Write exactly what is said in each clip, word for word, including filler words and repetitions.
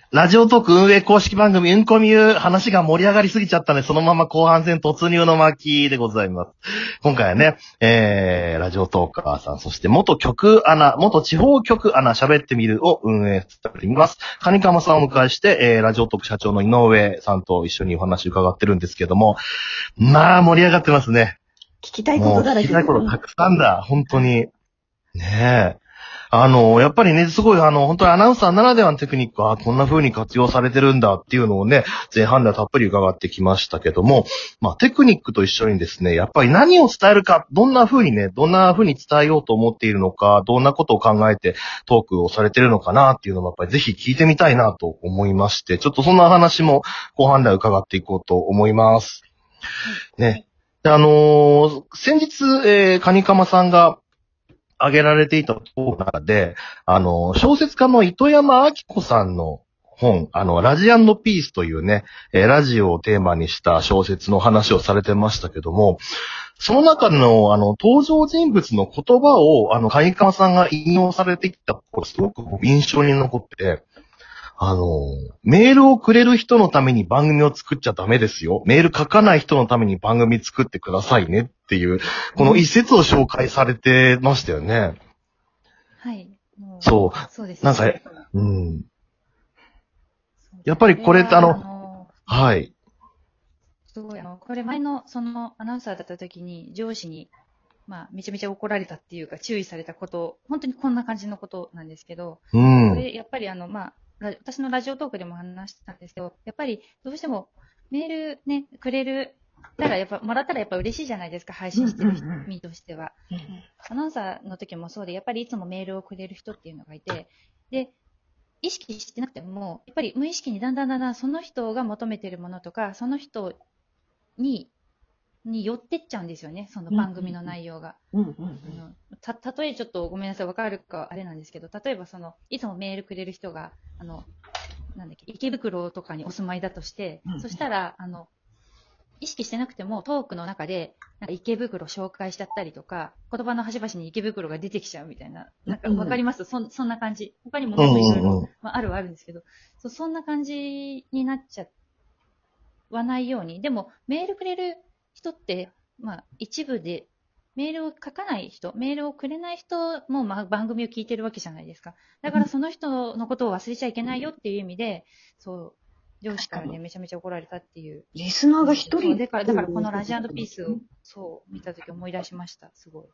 ラジオトーク運営公式番組うんこみゅう、話が盛り上がりすぎちゃったね。そのまま後半戦突入の巻でございます。今回はね、えー、ラジオトーカーさん、そして元局アナ、元地方局アナ喋ってみるを運営しております。カニカマさんをお迎えして、えー、ラジオトーク社長の井上さんと一緒にお話伺ってるんですけども、まあ盛り上がってますね。 聞きたいことだらけ。 聞きたいことたくさんだ。本当に。ねえ。あの、やっぱりね、すごいあの、本当にアナウンサーならではのテクニックは、こんな風に活用されてるんだっていうのをね、前半ではたっぷり伺ってきましたけども、まあテクニックと一緒にですね、やっぱり何を伝えるか、どんな風にね、どんな風に伝えようと思っているのか、どんなことを考えてトークをされてるのかなっていうのもやっぱりぜひ聞いてみたいなと思いまして、ちょっとそんな話も後半では伺っていこうと思います。ね。であのー、先日、えー、カニカマさんが挙げられていたトークの中で、あの、小説家の糸山明子さんの本、あの、ラジ&ピースというね、えーラジオをテーマにした小説の話をされてましたけども、その中の、あの、登場人物の言葉を、あの、カニカマさんが引用されてきたところ、すごく印象に残ってて、あの、メールをくれる人のために番組を作っちゃダメですよ。メール書かない人のために番組作ってくださいねっていう、この一節を紹介されてましたよね。 はい。もうそう。 そうです、 なんか、うん。やっぱりこれってあの、 あのはい。 すごい、あの、これ前の、その、アナウンサーだった時に、上司に、まあ、めちゃめちゃ怒られたっていうか、注意されたこと、本当にこんな感じのことなんですけど、 うこん。 れ、やっぱりあの、まあ、ラ私のラジオトークでも話したんですけど、やっぱり、どうしても、メールね、くれる、たら、やっぱ、もらったらやっぱ嬉しいじゃないですか、配信してる身としては。 うんアナウンサーの時もそうで、やっぱりいつもメールをくれる人っていうのがいて、で、意識してなくても、やっぱり無意識にだんだんだんだんその人が求めてるものとか、その人に、に寄ってっちゃうんですよね、その番組の内容が。 うんうんあのた、例えちょっとごめんなさい、わかるかあれなんですけど、例えばその、いつもメールくれる人が、あの、なんだっけ、池袋とかにお住まいだとして、 うんそしたら、あの、意識してなくてもトークの中で、なんか池袋紹介しちゃったりとか、言葉の端々に池袋が出てきちゃうみたいな、なんかわかります、そんそんな感じ。他にももっといろいろ、まあ、あるはあるんですけど、そう、そんな感じになっちゃわないように。でも、メールくれる人って、まあ、一部で、メールを書かない人、メールをくれない人も、まあ、番組を聞いてるわけじゃないですか。だからその人のことを忘れちゃいけないよっていう意味で、そう、上司からね、めちゃめちゃ怒られたっていう。 リスナーが一そう人だから、だからこのラジアンドピースを、そう、見たとき思い出しました。すごい。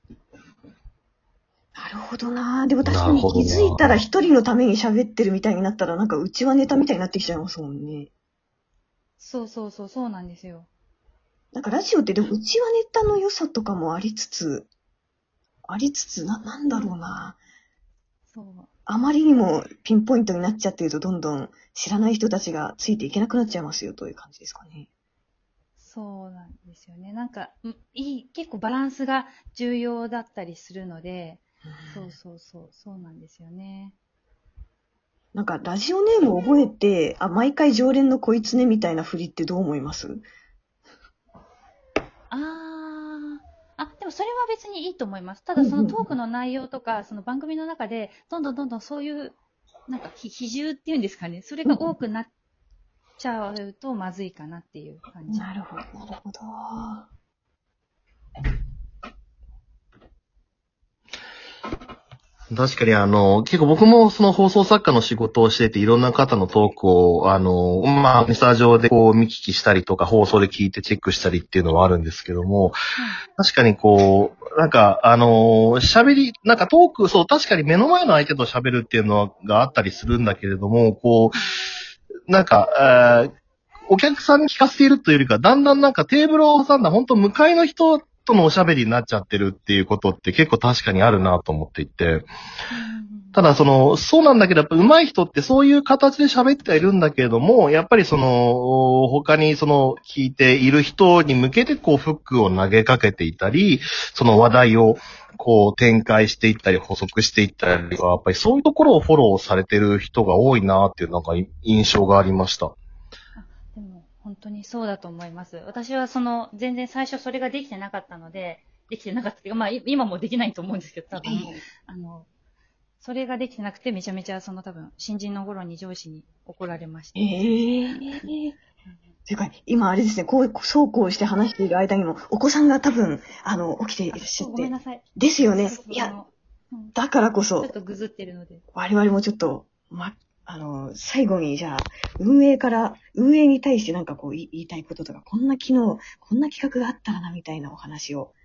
なるほどな。でも確かに気づいたら一人のために喋ってるみたいになったら、なんかうちはネタみたいになってきちゃいますもんね。 そうそうそう、そうなんですよ。 なんかラジオってでもうちはネタの良さとかもありつつ、ありつつ、な、なんだろうな。 そう。 あまりにもピンポイントになっちゃってると、どんどん知らない人たちがついていけなくなっちゃいますよという感じですかね。 そうなんですよね。なんか、んいい、結構バランスが重要だったりするので、そうそうそう、そうなんですよね。 なんかラジオネーム覚えて、あ、毎回常連のこいつねみたいな振りってどう思います？ あー、あ、でもそれは別にいいと思います。ただそのトークの内容とか、その番組の中で、どんどんどんどんそういう、なんか比比重っていうんですかね、それが多くなっちゃうとまずいかなっていう感じ。 なるほど、なるほど。 確かにあの、結構僕もその放送作家の仕事をしてて、いろんな方のトークを、あの、まあ、メッサージ上でこう見聞きしたりとか、放送で聞いてチェックしたりっていうのはあるんですけども、確かにこう、なんか、あの、喋り、なんかトーク、そう、確かに目の前の相手と喋るっていうのがあったりするんだけれども、こう、なんか、えーお客さんに聞かせているというよりか、だんだんなんかテーブルを挟んだ本当向かいの人とのおしゃべりになっちゃってるっていうことって結構確かにあるなと思っていて。ただその、そうなんだけど、やっぱ上手い人ってそういう形で喋ってはいるんだけれども、やっぱりその、他にその、聞いている人に向けてこう、フックを投げかけていたり、その話題をこう、展開していったり、補足していったりは、やっぱりそういうところをフォローされてる人が多いなっていうなんか印象がありました。 でも本当にそうだと思います。私はその全然最初それができてなかったので、できてなかったけど、まあい今もできないと思うんですけど、多分、あの、 それができてなくて、めちゃめちゃその多分、新人の頃に上司に怒られました。 ええー。というか、今あれですね、こう、そうこうして話している間にも、お子さんが多分、あの、起きていらっしゃって。 ごめんなさい。 ですよね。 そうそういや、 うん、 だからこそ。 ちょっとぐずってるので。 我々もちょっと、ま、あの、最後に、じゃあ、運営から、運営に対してなんかこう言いたいこととか、こんな機能、こんな企画があったらな、みたいなお話を。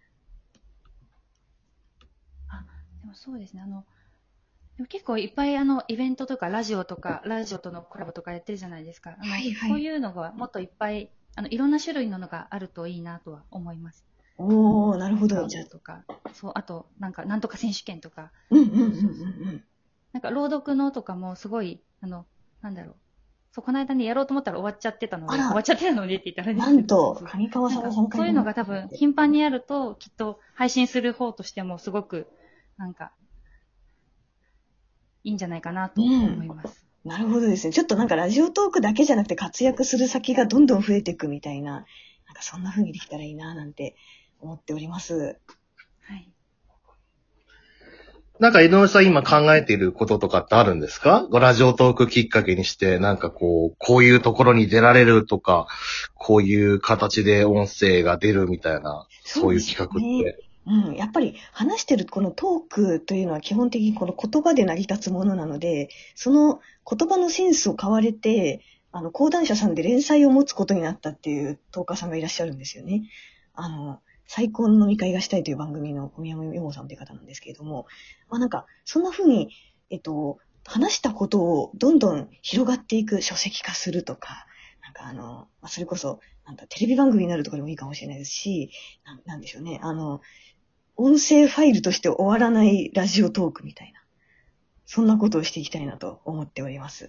あ、でもそうですね、あの、でも結構いっぱいあの、イベントとか、ラジオとか、ラジオとのコラボとかやってるじゃないですか。あの、 はいはい。 そういうのがもっといっぱい、あの、いろんな種類ののがあるといいなとは思います。 おー、なるほど。 じゃあとか、そう、あと、なんか、なんとか選手権とか。 うんうんうんうんうん。 なんか、朗読のとかもすごい、あの、なんだろう。そう、この間ね、やろうと思ったら終わっちゃってたので、終わっちゃってたのでって言ったらあれですけど。 なんと、上川さんが参加そういうのが多分、頻繁にやると、きっと、配信する方としてもすごく、なんか、いいんじゃないかなと思います。 うん、なるほどですね。ちょっとなんかラジオトークだけじゃなくて活躍する先がどんどん増えていくみたいな、なんかそんな風にできたらいいななんて思っております。 はい。 なんか井上さん今考えていることとかってあるんですか？ラジオトークきっかけにして、なんかこう、こういうところに出られるとか、こういう形で音声が出るみたいな、そういう企画って。 うん、やっぱり話してるこのトークというのは基本的にこの言葉で成り立つものなので、その言葉のセンスを買われて、あの、講談社さんで連載を持つことになったっていうトーカーさんがいらっしゃるんですよね。あの、最高の飲み会がしたいという番組の小宮山よもさんという方なんですけれども、まあなんか、そんな風に、えっと、話したことをどんどん広がっていく書籍化するとか、なんかあの、まあ、それこそ、なんだ、テレビ番組になるとかでもいいかもしれないですし、な、なんでしょうね、あの、音声ファイルとして終わらないラジオトークみたいな、そんなことをしていきたいなと思っております。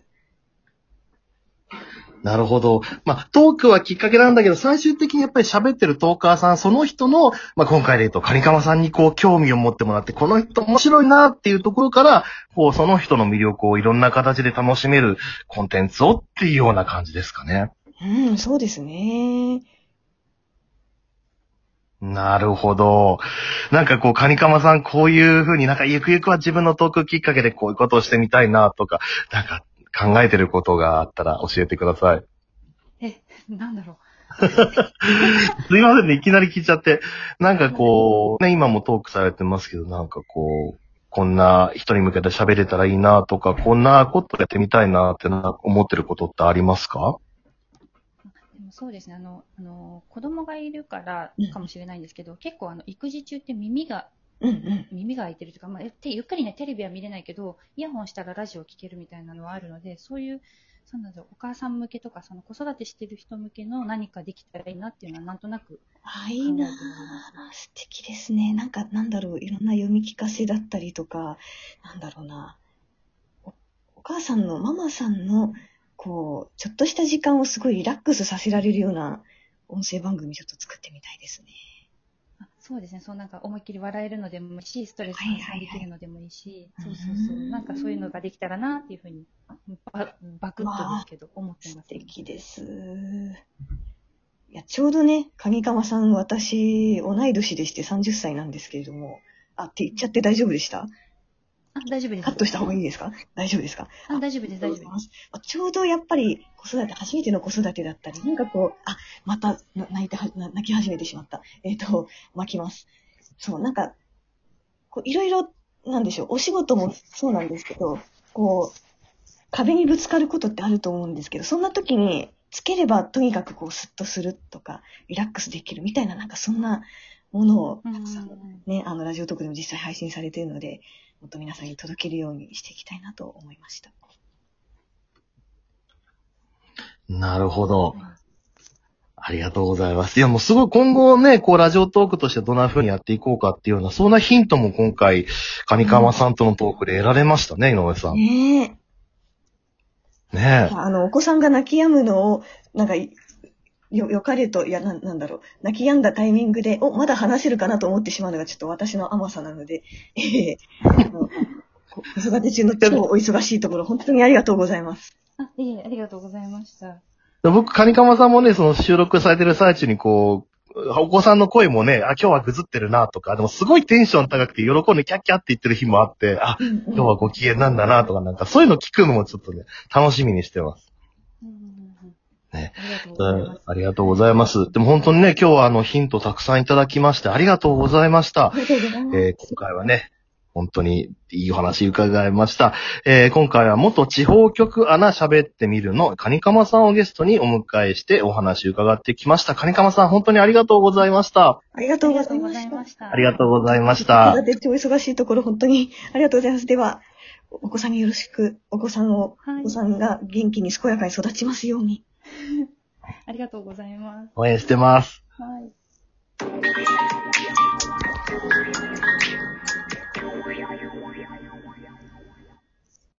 なるほど。まあ、トークはきっかけなんだけど、最終的にやっぱり喋ってるトーカーさん、その人の、まあ、今回で言うと、カニカマさんにこう、興味を持ってもらって、この人面白いなっていうところから、こう、その人の魅力をいろんな形で楽しめるコンテンツをっていうような感じですかね。 うん、そうですね。 なるほど。なんかこう、カニカマさん、こういうふうになんか、ゆくゆくは自分のトークきっかけでこういうことをしてみたいなとか、なんか、考えてることがあったら教えてください。 え、なんだろう。すいませんね、いきなり聞いちゃって。なんかこう、ね、今もトークされてますけど、なんかこう、こんな人に向けて喋れたらいいなとか、こんなことやってみたいなって思ってることってありますか？ でもそうですね、あの、あの、子供がいるからかもしれないんですけど、うん、結構あの、育児中って耳が、 うんうん、 耳が開いてるというか、まあ、ゆっくりね、テレビは見れないけど、イヤホンしたらラジオ聞けるみたいなのはあるので、そういう、そうなんだろう、お母さん向けとか、その子育てしてる人向けの何かできたらいいなっていうのは、なんとなく考えています。 あ、素敵ですね。なんか、なんだろう、いろんな読み聞かせだったりとか、なんだろうな、お、お母さんの、ママさんの、こう、ちょっとした時間をすごいリラックスさせられるような音声番組ちょっと作ってみたいですね。 そうですね。そうなんか思いっきり笑えるのでもいいし、ストレス発散できるのでもいいし、はいはいはい、そうそうそう。なんかそういうのができたらなっていうふうに、バ, バクッとですけど、思ってます、ね。 素敵です。いや、ちょうどね、上川さん、私、同い年でしてさんじゅっさいなんですけれども、あ、って言っちゃって大丈夫でした？ あ、大丈夫です。 カットした方がいいですか？大丈夫ですか？ あ、大丈夫です、大丈夫です。 ちょうどやっぱり子育て、初めての子育てだったり、なんかこう、あ、また泣いては、泣き始めてしまった。えっと、巻きます。そう、なんか、こういろいろ、なんでしょう、お仕事もそうなんですけど、こう、壁にぶつかることってあると思うんですけど、そんな時に、つければとにかくこう、スッとするとか、リラックスできるみたいな、なんかそんなものを、たくさんね、あの、ラジオトークでも実際配信されているので、もっと皆さんに届けるようにしていきたいなと思いました。 なるほど。ありがとうございます。いや、もうすごい今後ね、こう、ラジオトークとしてどんな風にやっていこうかっていうような、そんなヒントも今回、上川さんとのトークで得られましたね、井上さん。 ねえ。ねえ。あの、お子さんが泣き止むのを、なんか、よ、よかれと、いや、な、なんだろう、泣き止んだタイミングで、お、まだ話せるかなと思ってしまうのがちょっと私の甘さなので、ええー、子育て中の超お忙しいところ、本当にありがとうございます。 あ、いえ、ありがとうございました。 僕、カニカマさんもね、その収録されてる最中にこう、 お子さんの声もね、あ、今日はぐずってるなとか、でもすごいテンション高くて喜んでキャッキャって言ってる日もあって、あ、今日はご機嫌なんだなとかなんか、そういうの聞くのもちょっとね、楽しみにしてます。ね。ありがとうございます。でも本当にね、今日はあのヒントたくさんいただきましてありがとうございました。 ありがとうございます。 えー、今回はね、本当にいいお話伺いました。えー、今回は元地方局アナ喋ってみるのカニカマさんをゲストにお迎えしてお話伺ってきました。カニカマさん本当にありがとうございました。 ありがとうございました。 ありがとうございました。 子育て超忙しいところ本当にありがとうございます。では、お子さんによろしく、お子さんを、はい、お子さんが元気に健やかに育ちますように。 ありがとうございます。 応援してます。 はい。